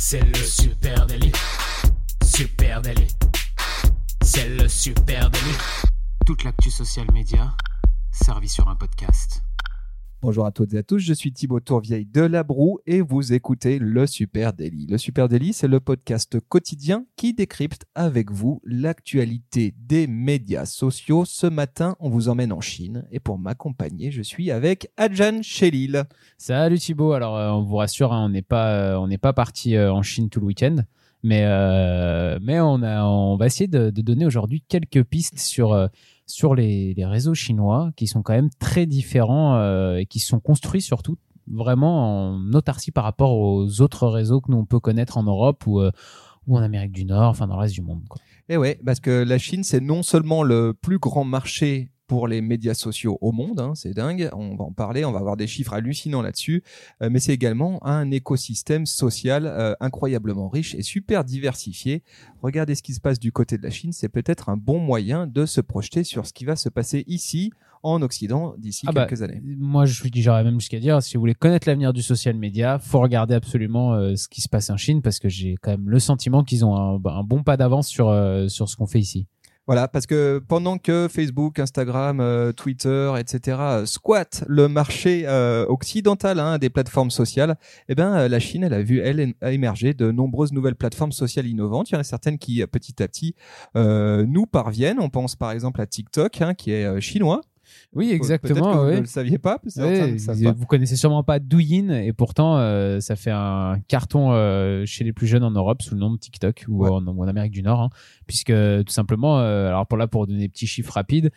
C'est le Super Daily. Super Daily. C'est le Super Daily. Toute l'actu social média servie sur un podcast. Bonjour à toutes et à tous, je suis Thibaut Tourvieille de La Broue et vous écoutez le Super Daily. Le Super Daily, c'est le podcast quotidien qui décrypte avec vous l'actualité des médias sociaux. Ce matin, on vous emmène en Chine et pour m'accompagner, je suis avec Adjan Chélil. Salut Thibaut, alors on vous rassure, on n'est pas parti en Chine tout le week-end, mais on va essayer de donner aujourd'hui quelques pistes sur les réseaux chinois qui sont quand même très différents et qui sont construits surtout vraiment en autarcie par rapport aux autres réseaux que nous on peut connaître en Europe ou en Amérique du Nord, enfin dans le reste du monde, quoi. Et ouais, parce que la Chine, c'est non seulement le plus grand marché pour les médias sociaux au monde, c'est dingue, on va en parler, on va avoir des chiffres hallucinants là-dessus, mais c'est également un écosystème social incroyablement riche et super diversifié. Regardez ce qui se passe du côté de la Chine, c'est peut-être un bon moyen de se projeter sur ce qui va se passer ici, en Occident, d'ici quelques années. Moi, j'aurais même jusqu'à dire, si vous voulez connaître l'avenir du social media, faut regarder absolument ce qui se passe en Chine, parce que j'ai quand même le sentiment qu'ils ont un bon pas d'avance sur ce qu'on fait ici. Voilà, parce que pendant que Facebook, Instagram, Twitter, etc. squattent le marché occidental des plateformes sociales, la Chine, elle a émergé de nombreuses nouvelles plateformes sociales innovantes. Il y en a certaines qui, petit à petit, nous parviennent. On pense par exemple à TikTok, qui est chinois. Oui, exactement. Peut-être que vous oui. ne le saviez pas. Vous connaissez sûrement pas Douyin, et pourtant ça fait un carton chez les plus jeunes en Europe sous le nom de TikTok ou en Amérique du Nord, puisque tout simplement, alors pour donner des petits chiffres rapides,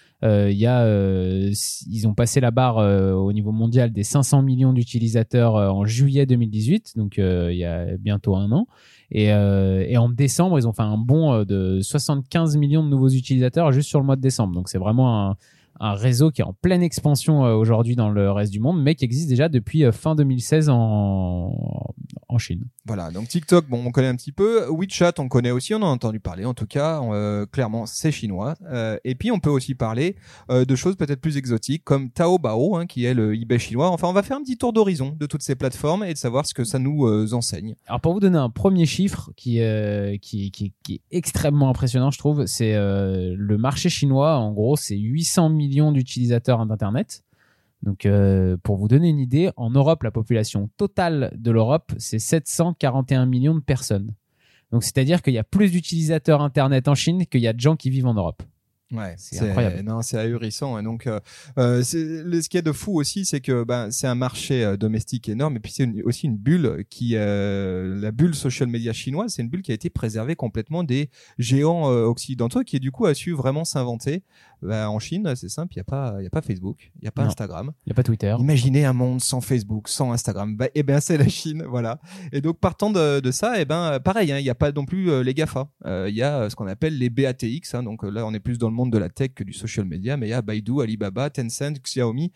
ils ont passé la barre au niveau mondial des 500 millions d'utilisateurs en juillet 2018, donc il y a bientôt un an. Et en décembre, ils ont fait un bond de 75 millions de nouveaux utilisateurs juste sur le mois de décembre. Donc c'est vraiment un réseau qui est en pleine expansion aujourd'hui dans le reste du monde, mais qui existe déjà depuis fin 2016 en Chine. Voilà, donc TikTok, on connaît un petit peu. WeChat, on connaît aussi, on en a entendu parler. En tout cas, clairement, c'est chinois. Et puis, on peut aussi parler de choses peut-être plus exotiques, comme Taobao, qui est le eBay chinois. Enfin, on va faire un petit tour d'horizon de toutes ces plateformes et de savoir ce que ça nous enseigne. Alors, pour vous donner un premier chiffre qui est extrêmement impressionnant, je trouve, c'est le marché chinois. En gros, c'est 800 millions d'utilisateurs d'Internet. Donc, pour vous donner une idée, en Europe, la population totale de l'Europe, c'est 741 millions de personnes. Donc, c'est-à-dire qu'il y a plus d'utilisateurs Internet en Chine qu'il y a de gens qui vivent en Europe. Ouais, c'est incroyable. Non, c'est ahurissant. Et donc, ce qu'il y a de fou aussi, c'est que c'est un marché domestique énorme, et puis c'est aussi une bulle la bulle social media chinoise, c'est une bulle qui a été préservée complètement des géants occidentaux, qui du coup a su vraiment s'inventer. En Chine, c'est simple, il y a pas Facebook, il y a pas Instagram, il y a pas Twitter. Imaginez un monde sans Facebook, sans Instagram. C'est la Chine, voilà. Et donc partant de ça, pareil, il y a pas non plus les GAFA. Il y a ce qu'on appelle les BATX, donc là on est plus dans le monde de la tech que du social media, mais il y a Baidu, Alibaba, Tencent, Xiaomi.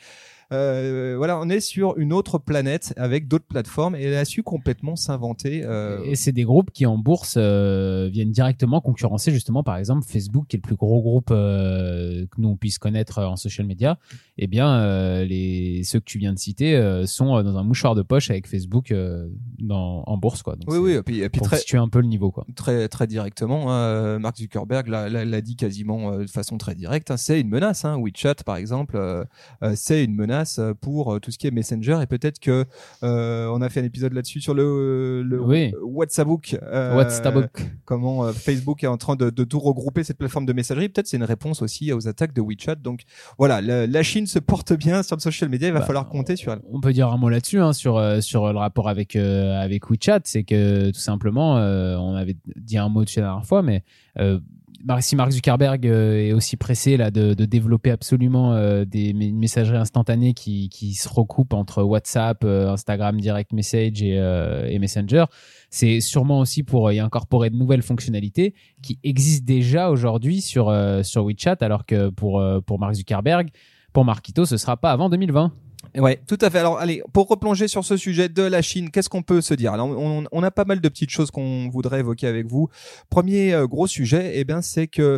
On est sur une autre planète avec d'autres plateformes, et elle a su complètement s'inventer. Et c'est des groupes qui en bourse viennent directement concurrencer justement par exemple Facebook, qui est le plus gros groupe que nous on puisse connaître en social media. Eh bien ceux que tu viens de citer sont dans un mouchoir de poche avec Facebook en bourse, quoi. Donc oui, et puis pour situer un peu le niveau, quoi. Très très directement, Mark Zuckerberg l'a dit quasiment de façon très directe, c'est une menace. WeChat par exemple, c'est une menace pour tout ce qui est Messenger, et peut-être que on a fait un épisode là-dessus sur le WhatsApp. Comment Facebook est en train de tout regrouper, cette plateforme de messagerie. Peut-être c'est une réponse aussi aux attaques de WeChat. Donc voilà, la Chine se porte bien sur le social media, il va falloir compter sur elle. On peut dire un mot là-dessus, sur le rapport avec WeChat, c'est que tout simplement on avait dit un mot dessus la dernière fois, mais si Mark Zuckerberg est aussi pressé là de développer absolument des messageries instantanées qui se recoupent entre WhatsApp, Instagram Direct Message et Messenger, c'est sûrement aussi pour y incorporer de nouvelles fonctionnalités qui existent déjà aujourd'hui sur WeChat, alors que pour Mark Zuckerberg, pour Marquito, ce sera pas avant 2020. Ouais, tout à fait. Alors, allez, pour replonger sur ce sujet de la Chine, qu'est-ce qu'on peut se dire? Alors, on a pas mal de petites choses qu'on voudrait évoquer avec vous. Premier gros sujet, c'est que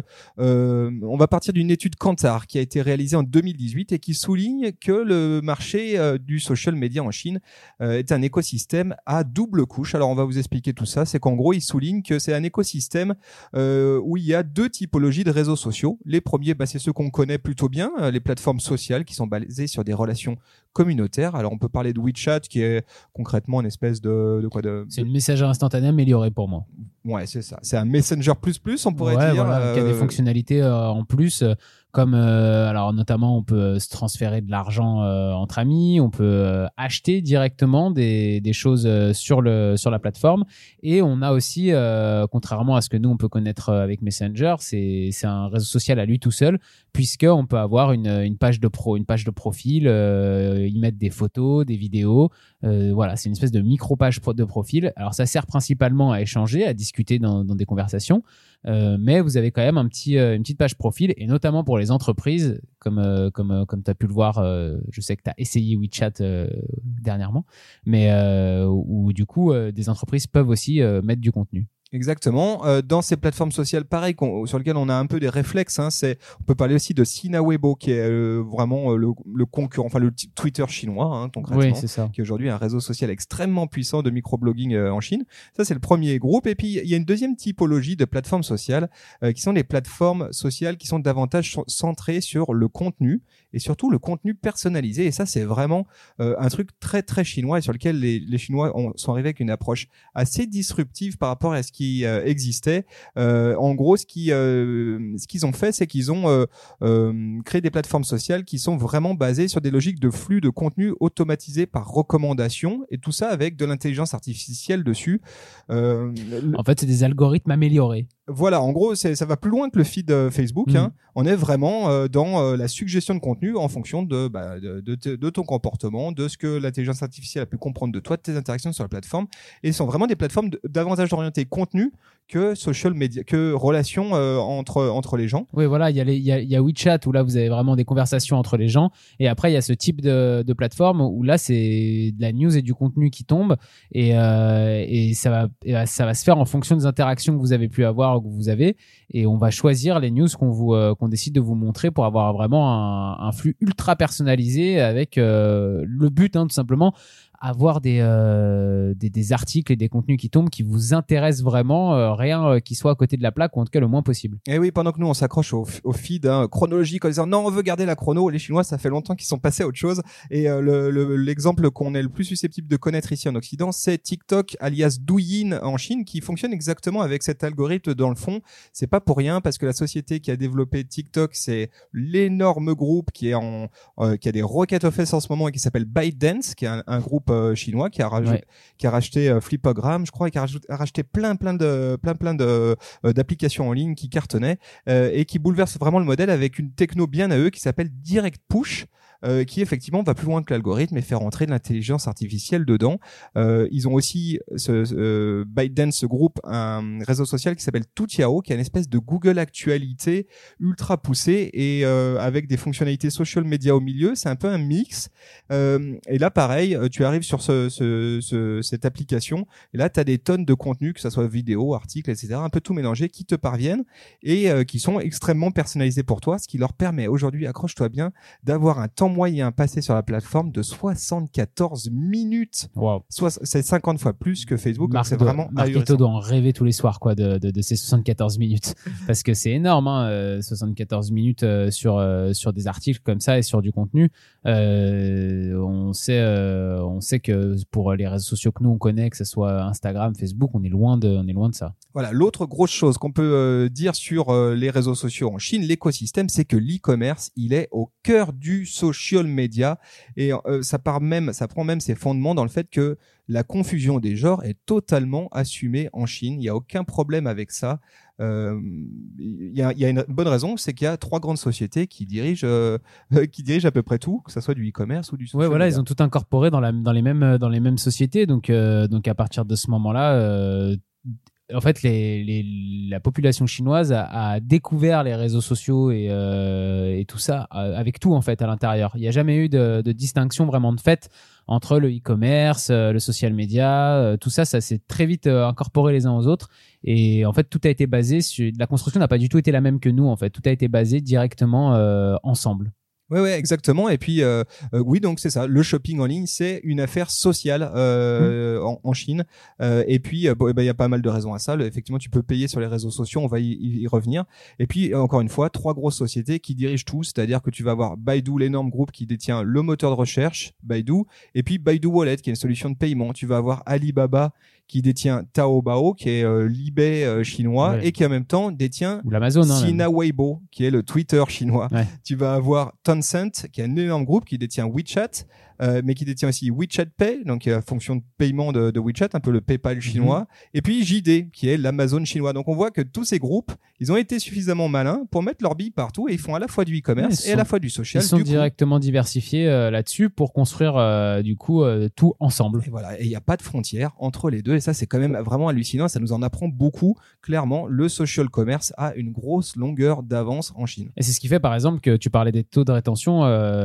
on va partir d'une étude Kantar qui a été réalisée en 2018 et qui souligne que le marché du social media en Chine est un écosystème à double couche. Alors, on va vous expliquer tout ça. C'est qu'en gros, il souligne que c'est un écosystème où il y a deux typologies de réseaux sociaux. Les premiers, c'est ceux qu'on connaît plutôt bien, les plateformes sociales qui sont basées sur des relations communautaire. Alors on peut parler de WeChat qui est concrètement une espèce de quoi de. C'est une messagerie instantanée améliorée pour moi. Ouais, c'est ça. C'est un Messenger plus, on pourrait dire. Voilà, qui a des fonctionnalités en plus. Comme alors notamment on peut se transférer de l'argent entre amis, on peut acheter directement des choses sur la plateforme, et on a aussi contrairement à ce que nous on peut connaître avec Messenger, c'est un réseau social à lui tout seul, puisque on peut avoir une page de profil, y mettre des photos, des vidéos, voilà, c'est une espèce de micro page de profil. Alors ça sert principalement à échanger, à discuter dans des conversations. Mais vous avez quand même une petite page profil, et notamment pour les entreprises, comme tu as pu le voir, je sais que tu as essayé WeChat dernièrement, mais où du coup des entreprises peuvent aussi mettre du contenu. Exactement. Dans ces plateformes sociales, pareil, sur lesquelles on a un peu des réflexes, on peut parler aussi de Sina Weibo, qui est vraiment le concurrent, enfin le Twitter chinois, concrètement, oui, c'est ça. qui est aujourd'hui un réseau social extrêmement puissant de microblogging en Chine. Ça, c'est le premier groupe. Et puis, il y a une deuxième typologie de plateformes sociales, qui sont les plateformes sociales qui sont davantage centrées sur le contenu, et surtout le contenu personnalisé. Et ça, c'est vraiment un truc très, très chinois, et sur lequel les Chinois sont arrivés avec une approche assez disruptive par rapport à ce qui existait. En gros, ce qu'ils ont fait, c'est qu'ils ont créé des plateformes sociales qui sont vraiment basées sur des logiques de flux de contenu automatisés par recommandation, et tout ça avec de l'intelligence artificielle dessus. En fait, c'est des algorithmes améliorés. Voilà, en gros, ça va plus loin que le feed Facebook. On est vraiment dans la suggestion de contenu en fonction de ton comportement, de ce que l'intelligence artificielle a pu comprendre de toi, de tes interactions sur la plateforme. Et ce sont vraiment des plateformes davantage orientées contenu que social media, que relations entre les gens. Oui, voilà, il y a WeChat où là vous avez vraiment des conversations entre les gens, et après il y a ce type de plateforme où là c'est de la news et du contenu qui tombe, et ça va se faire en fonction des interactions que vous avez pu avoir, que vous avez, et on va choisir les news qu'on décide de vous montrer pour avoir vraiment un flux ultra personnalisé avec le but tout simplement avoir des articles et des contenus qui tombent qui vous intéressent vraiment, rien qui soit à côté de la plaque, ou en tout cas le moins possible. Et oui, pendant que nous on s'accroche au feed chronologique en disant non, on veut garder la chrono, les Chinois ça fait longtemps qu'ils sont passés à autre chose, et l'exemple qu'on est le plus susceptible de connaître ici en Occident, c'est TikTok alias Douyin en Chine, qui fonctionne exactement avec cet algorithme. Dans le fond, c'est pas pour rien, parce que la société qui a développé TikTok, c'est l'énorme groupe qui a des rockets aux fesses en ce moment, et qui s'appelle ByteDance, qui est un groupe chinois qui a racheté Flipagram, je crois, et qui a racheté plein d'applications en ligne qui cartonnaient, et qui bouleversent vraiment le modèle avec une techno bien à eux qui s'appelle Direct Push, qui effectivement va plus loin que l'algorithme et fait rentrer de l'intelligence artificielle dedans. Ils ont aussi ByteDance, ce groupe, un réseau social qui s'appelle Toutiao, qui est une espèce de Google Actualité ultra poussé, et avec des fonctionnalités social media au milieu. C'est un peu un mix. Et là, pareil, tu arrives sur cette application, et là, tu as des tonnes de contenu, que ça soit vidéo, articles, etc., un peu tout mélangé, qui te parviennent et qui sont extrêmement personnalisés pour toi, ce qui leur permet aujourd'hui, accroche-toi bien, d'avoir un temps moyen passé sur la plateforme de 74 minutes. Wow. C'est 50 fois plus que Facebook. Marc Ito doit en rêver tous les soirs, quoi, de ces 74 minutes. Parce que c'est énorme, 74 minutes sur des articles comme ça et sur du contenu. On sait que pour les réseaux sociaux que nous on connaît, que ce soit Instagram, Facebook, on est loin de ça. Voilà, l'autre grosse chose qu'on peut dire sur les réseaux sociaux en Chine, l'écosystème, c'est que l'e-commerce, il est au cœur du social media, et ça prend même ses fondements dans le fait que la confusion des genres est totalement assumée en Chine. Il n'y a aucun problème avec ça. Il y a une bonne raison, c'est qu'il y a 3 grandes sociétés qui dirigent à peu près tout, que ça soit du e-commerce ou du social media. Ils ont tout incorporé dans les mêmes sociétés. Donc à partir de ce moment-là, en fait, la population chinoise a découvert les réseaux sociaux et tout ça avec tout en fait à l'intérieur. Il n'y a jamais eu de distinction vraiment de fait entre le e-commerce, le social media, tout ça, ça s'est très vite incorporé les uns aux autres. Et en fait, tout a été basé sur la construction n'a pas du tout été la même que nous. En fait, tout a été basé directement ensemble. Ouais, exactement. Et puis, oui, donc c'est ça. Le shopping en ligne, c'est une affaire sociale en Chine. Et puis, il y a pas mal de raisons à ça. Effectivement, tu peux payer sur les réseaux sociaux. On va y revenir. Et puis, encore une fois, 3 grosses sociétés qui dirigent tout. C'est-à-dire que tu vas avoir Baidu, l'énorme groupe qui détient le moteur de recherche, Baidu, et puis Baidu Wallet, qui est une solution de paiement. Tu vas avoir Alibaba, qui détient Taobao, qui est l'eBay chinois, et qui en même temps détient Sina Weibo, qui est le Twitter chinois. Ouais. Tu vas avoir Tencent, qui est un énorme groupe qui détient WeChat, mais qui détient aussi WeChat Pay, donc la fonction de paiement de WeChat, un peu le PayPal chinois, et puis JD, qui est l'Amazon chinois. Donc on voit que tous ces groupes, ils ont été suffisamment malins pour mettre leur bille partout, et ils font à la fois du e-commerce et à la fois du social. Ils sont directement diversifiés là-dessus pour construire tout ensemble. Et voilà, et il n'y a pas de frontière entre les deux, et ça c'est quand même vraiment hallucinant, ça nous en apprend beaucoup. Clairement, le social commerce a une grosse longueur d'avance en Chine. Et c'est ce qui fait par exemple que tu parlais des taux de rétention,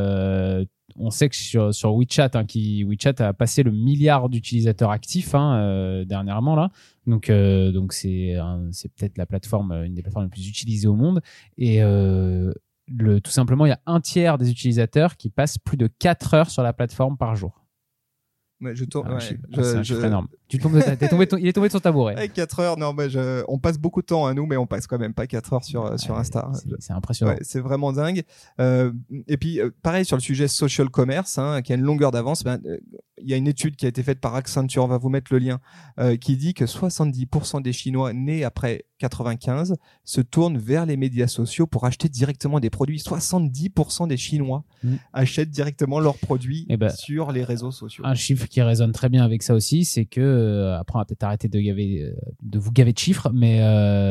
on sait que sur WeChat, WeChat a passé le milliard d'utilisateurs actifs dernièrement là. Donc c'est peut-être une des plateformes les plus utilisées au monde. Et tout simplement, il y a un tiers des utilisateurs qui passent plus de 4 heures sur la plateforme par jour. Ouais, c'est un chiffre énorme. Il est tombé de son tabouret. Avec 4 heures, non, on passe beaucoup de temps à nous, mais on passe quand même pas 4 heures sur Insta. C'est impressionnant. Ouais, c'est vraiment dingue. Et puis, pareil sur le sujet social commerce, qui a une longueur d'avance. Il y a une étude qui a été faite par Accenture, on va vous mettre le lien, qui dit que 70% des Chinois nés après 95 se tournent vers les médias sociaux pour acheter directement des produits. 70% des Chinois achètent directement leurs produits sur les réseaux sociaux. Un chiffre qui résonne très bien avec ça aussi, c'est que après on va peut-être arrêter de vous gaver de chiffres, mais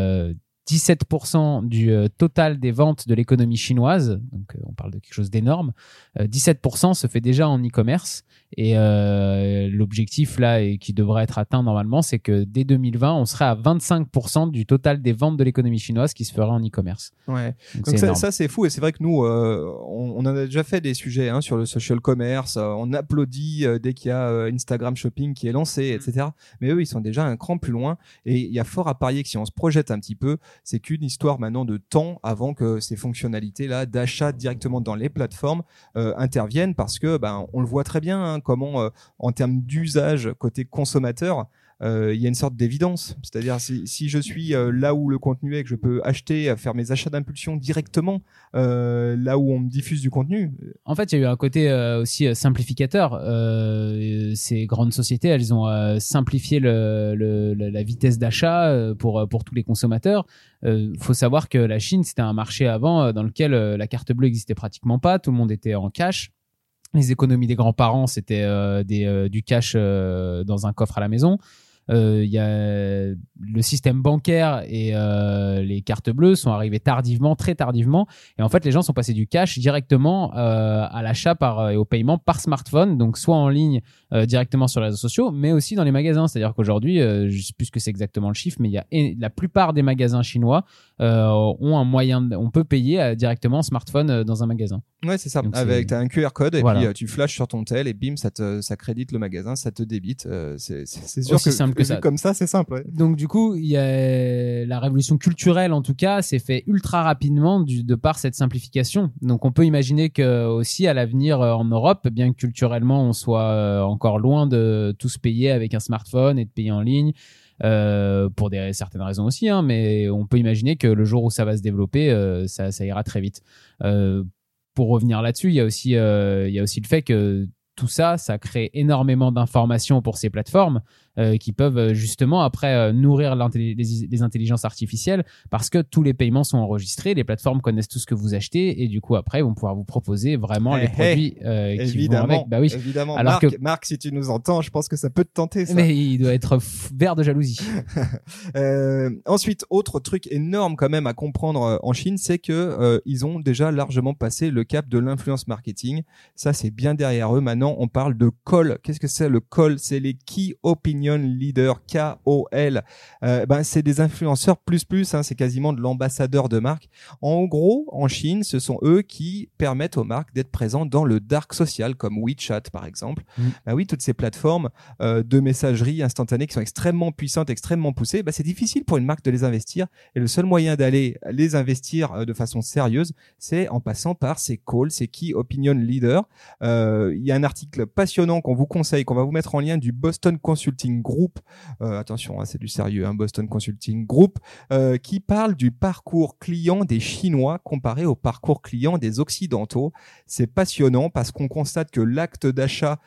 17% du total des ventes de l'économie chinoise, donc on parle de quelque chose d'énorme, 17% se fait déjà en e-commerce. Et l'objectif là, et qui devrait être atteint normalement, c'est que dès 2020, on serait à 25% du total des ventes de l'économie chinoise qui se ferait en e-commerce. Ouais. Donc ça c'est fou, et c'est vrai que nous, on en a déjà fait des sujets sur le social commerce. On applaudit dès qu'il y a Instagram Shopping qui est lancé, etc. Mais eux, ils sont déjà un cran plus loin, et il y a fort à parier que si on se projette un petit peu, c'est qu'une histoire maintenant de temps avant que ces fonctionnalités-là d'achat directement dans les plateformes interviennent, parce que on le voit très bien, comment en termes d'usage côté consommateur, il y a une sorte d'évidence. C'est-à-dire si je suis là où le contenu est, que je peux acheter, faire mes achats d'impulsion directement là où on me diffuse du contenu. En fait, il y a eu un côté aussi simplificateur. Ces grandes sociétés, elles ont simplifié la vitesse d'achat pour tous les consommateurs. Faut savoir que la Chine, c'était un marché avant dans lequel la carte bleue existait pratiquement pas. Tout le monde était en cash. Les économies des grands-parents, c'était du cash dans un coffre à la maison. Il y a le système bancaire et les cartes bleues sont arrivées tardivement, très tardivement, et en fait les gens sont passés du cash directement à l'achat et au paiement par smartphone, donc soit en ligne directement sur les réseaux sociaux, mais aussi dans les magasins. C'est-à-dire qu'aujourd'hui, je sais plus ce que c'est exactement le chiffre, mais la plupart des magasins chinois ont un moyen, on peut payer directement en smartphone dans un magasin. Ouais, c'est ça. T'as un QR code et puis tu flashes sur ton tel et bim, ça crédite le magasin, ça te débite. C'est sûr aussi que simple que ça. Comme ça, c'est simple. Ouais. Donc du coup, il y a la révolution culturelle, en tout cas, s'est fait ultra rapidement de par cette simplification. Donc on peut imaginer que aussi à l'avenir en Europe, bien que culturellement on soit encore loin de tous payer avec un smartphone et de payer en ligne. Pour certaines raisons aussi, mais on peut imaginer que le jour où ça va se développer, ça ira très vite. Pour revenir là-dessus, il y a aussi le fait que tout ça crée énormément d'informations pour ces plateformes qui peuvent justement après nourrir les intelligences artificielles, parce que tous les paiements sont enregistrés, les plateformes connaissent tout ce que vous achetez, et du coup après ils vont pouvoir vous proposer vraiment les produits qui vont avec. Bah oui. Évidemment. Alors Marc, si tu nous entends, je pense que ça peut te tenter ça. Mais il doit être vert de jalousie. Ensuite, autre truc énorme quand même à comprendre en Chine, c'est que ils ont déjà largement passé le cap de l'influence marketing. Ça, c'est bien derrière eux. Maintenant, on parle de call. Qu'est-ce que c'est le call? C'est les key opinion Opinion Leader, KOL, c'est des influenceurs plus, hein, c'est quasiment de l'ambassadeur de marque. En gros, en Chine, ce sont eux qui permettent aux marques d'être présents dans le dark social, comme WeChat par exemple. Oui, toutes ces plateformes de messagerie instantanée qui sont extrêmement puissantes, extrêmement poussées, c'est difficile pour une marque de les investir, et le seul moyen d'aller les investir de façon sérieuse, c'est en passant par ces calls, ces Key Opinion Leaders. Il y a un article passionnant qu'on vous conseille, qu'on va vous mettre en lien, du Boston Consulting Group, attention, c'est du sérieux, Boston Consulting Group, qui parle du parcours client des Chinois comparé au parcours client des Occidentaux. C'est passionnant parce qu'on constate que l'acte d'achat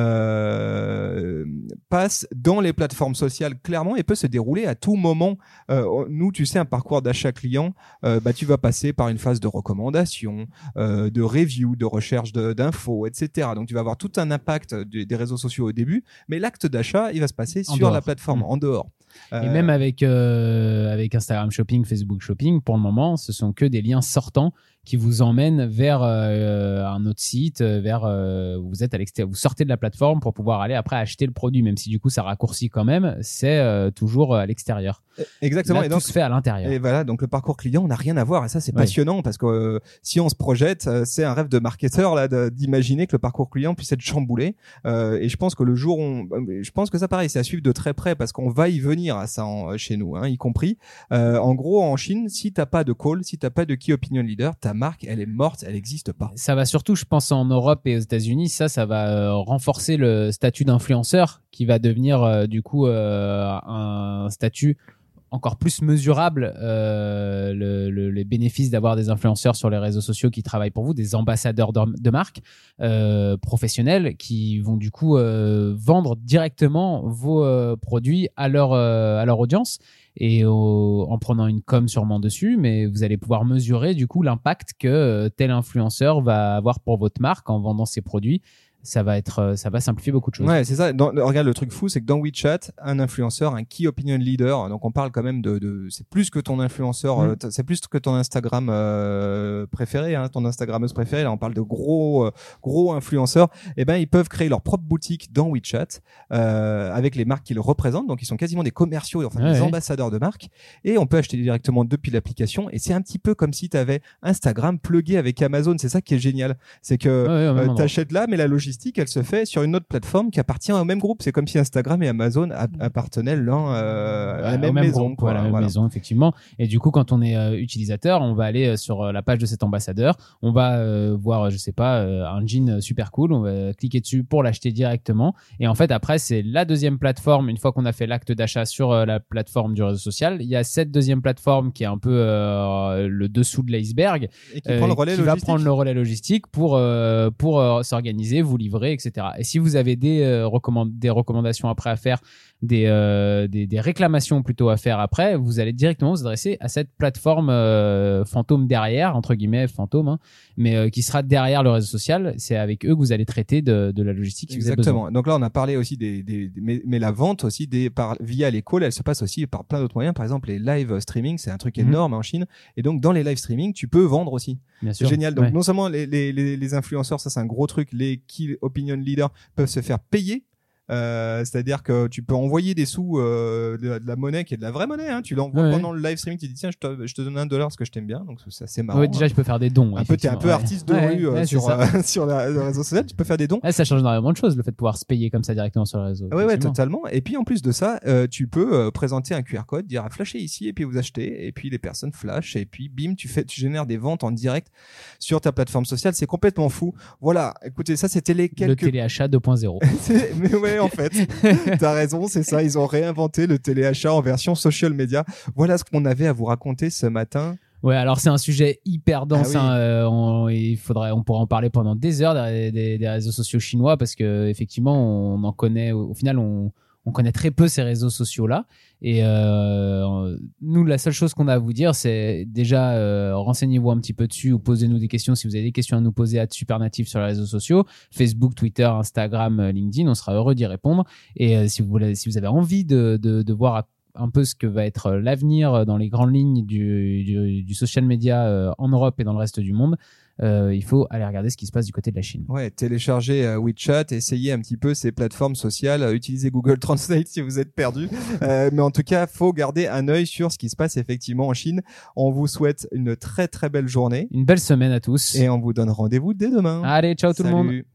passe dans les plateformes sociales clairement et peut se dérouler à tout moment. Nous, tu sais, un parcours d'achat client, tu vas passer par une phase de recommandation, de review, de recherche d'infos, etc. Donc, tu vas avoir tout un impact des réseaux sociaux au début, mais l'acte d'achat, il va se passer sur la plateforme, en dehors. Et même avec Instagram Shopping, Facebook Shopping, pour le moment, ce sont que des liens sortants qui vous emmènent vers un autre site, vous êtes à l'extérieur, vous sortez de la plateforme pour pouvoir aller après acheter le produit, même si du coup ça raccourcit quand même, c'est toujours à l'extérieur. Exactement. Là, et donc, tout se fait à l'intérieur. Et voilà, donc le parcours client, on n'a rien à voir, et ça c'est passionnant parce que si on se projette, c'est un rêve de marketeur là d'imaginer que le parcours client puisse être chamboulé. Et je pense que le jour je pense que ça pareil, c'est à suivre de très près parce qu'on va y venir à ça chez nous, y compris. En gros, en Chine, si t'as pas de call, si t'as pas de Key Opinion Leader, ta marque, elle est morte, elle n'existe pas. Ça va surtout, je pense, en Europe et aux États-Unis, ça va renforcer le statut d'influenceur qui va devenir du coup un statut encore plus mesurable, les bénéfices d'avoir des influenceurs sur les réseaux sociaux qui travaillent pour vous, des ambassadeurs de marque professionnels qui vont du coup vendre directement vos produits à leur audience et en prenant une com sûrement dessus, mais vous allez pouvoir mesurer du coup l'impact que tel influenceur va avoir pour votre marque en vendant ses produits. Ça va simplifier beaucoup de choses. Ouais, c'est ça. Regarde, le truc fou, c'est que dans WeChat, un influenceur, un Key Opinion Leader, donc on parle quand même c'est plus que ton influenceur, c'est plus que ton Instagram préféré, ton Instagrammeuse préférée. Là, on parle de gros influenceurs. Ils peuvent créer leur propre boutique dans WeChat avec les marques qu'ils représentent. Donc, ils sont quasiment des commerciaux, des ambassadeurs de marques. Et on peut acheter directement depuis l'application. Et c'est un petit peu comme si tu avais Instagram plugué avec Amazon. C'est ça qui est génial. C'est que t'achètes là, mais la logistique, elle se fait sur une autre plateforme qui appartient au même groupe. C'est comme si Instagram et Amazon appartenaient l'un à la même maison. Groupe, la même maison, effectivement. Et du coup, quand on est utilisateur, on va aller sur la page de cet ambassadeur. On va voir, je sais pas, un jean super cool. On va cliquer dessus pour l'acheter directement. Et en fait, après, c'est la deuxième plateforme. Une fois qu'on a fait l'acte d'achat sur la plateforme du réseau social, il y a cette deuxième plateforme qui est un peu le dessous de l'iceberg et qui va prendre le relais logistique pour s'organiser, vous livrer, etc. Et si vous avez des recommandations après à faire, des réclamations plutôt à faire après, vous allez directement vous adresser à cette plateforme fantôme derrière, entre guillemets fantôme, mais qui sera derrière le réseau social. C'est avec eux que vous allez traiter de la logistique si vous avez besoin. Exactement. Donc là, on a parlé aussi mais la vente aussi via les calls, elle se passe aussi par plein d'autres moyens. Par exemple, les live streaming, c'est un truc énorme en Chine. Et donc, dans les live streaming, tu peux vendre aussi. Bien c'est sûr. Génial. Donc, non seulement les influenceurs, ça c'est un gros truc, les Key Opinion Leaders peuvent se faire payer. C'est-à-dire que tu peux envoyer des sous de la monnaie qui est de la vraie monnaie, tu l'envoies pendant le live streaming, tu dis tiens je te donne $1 parce que je t'aime bien, donc c'est assez marrant. Déjà je peux faire des dons. T'es un peu artiste de rue sur le réseau social, tu peux faire des dons. Ça change énormément de choses, le fait de pouvoir se payer comme ça directement sur le réseau. Ouais, totalement. Et puis en plus de ça, tu peux présenter un QR code, dire flashez ici et puis vous achetez, et puis les personnes flashent et puis bim, tu génères des ventes en direct sur ta plateforme sociale. C'est complètement fou. Voilà, écoutez, ça c'était le téléachat 2.0. Mais ouais, en fait. T'as raison, c'est ça. Ils ont réinventé le téléachat en version social media. Voilà ce qu'on avait à vous raconter ce matin. Ouais, alors c'est un sujet hyper dense. On pourra en parler pendant des heures des réseaux sociaux chinois parce que effectivement, on en connaît. Au final, on connaît très peu ces réseaux sociaux-là. Et nous, la seule chose qu'on a à vous dire, c'est déjà renseignez-vous un petit peu dessus ou posez-nous des questions si vous avez des questions à nous poser à Supernatif sur les réseaux sociaux, Facebook, Twitter, Instagram, LinkedIn. On sera heureux d'y répondre. Et si vous avez envie de voir un peu ce que va être l'avenir dans les grandes lignes du social media en Europe et dans le reste du monde, il faut aller regarder ce qui se passe du côté de la Chine. Ouais, téléchargez WeChat, essayez un petit peu ces plateformes sociales, utilisez Google Translate si vous êtes perdu. Mais en tout cas, faut garder un œil sur ce qui se passe effectivement en Chine. On vous souhaite une très très belle journée. Une belle semaine à tous. Et on vous donne rendez-vous dès demain. Allez, ciao tout le monde. Salut.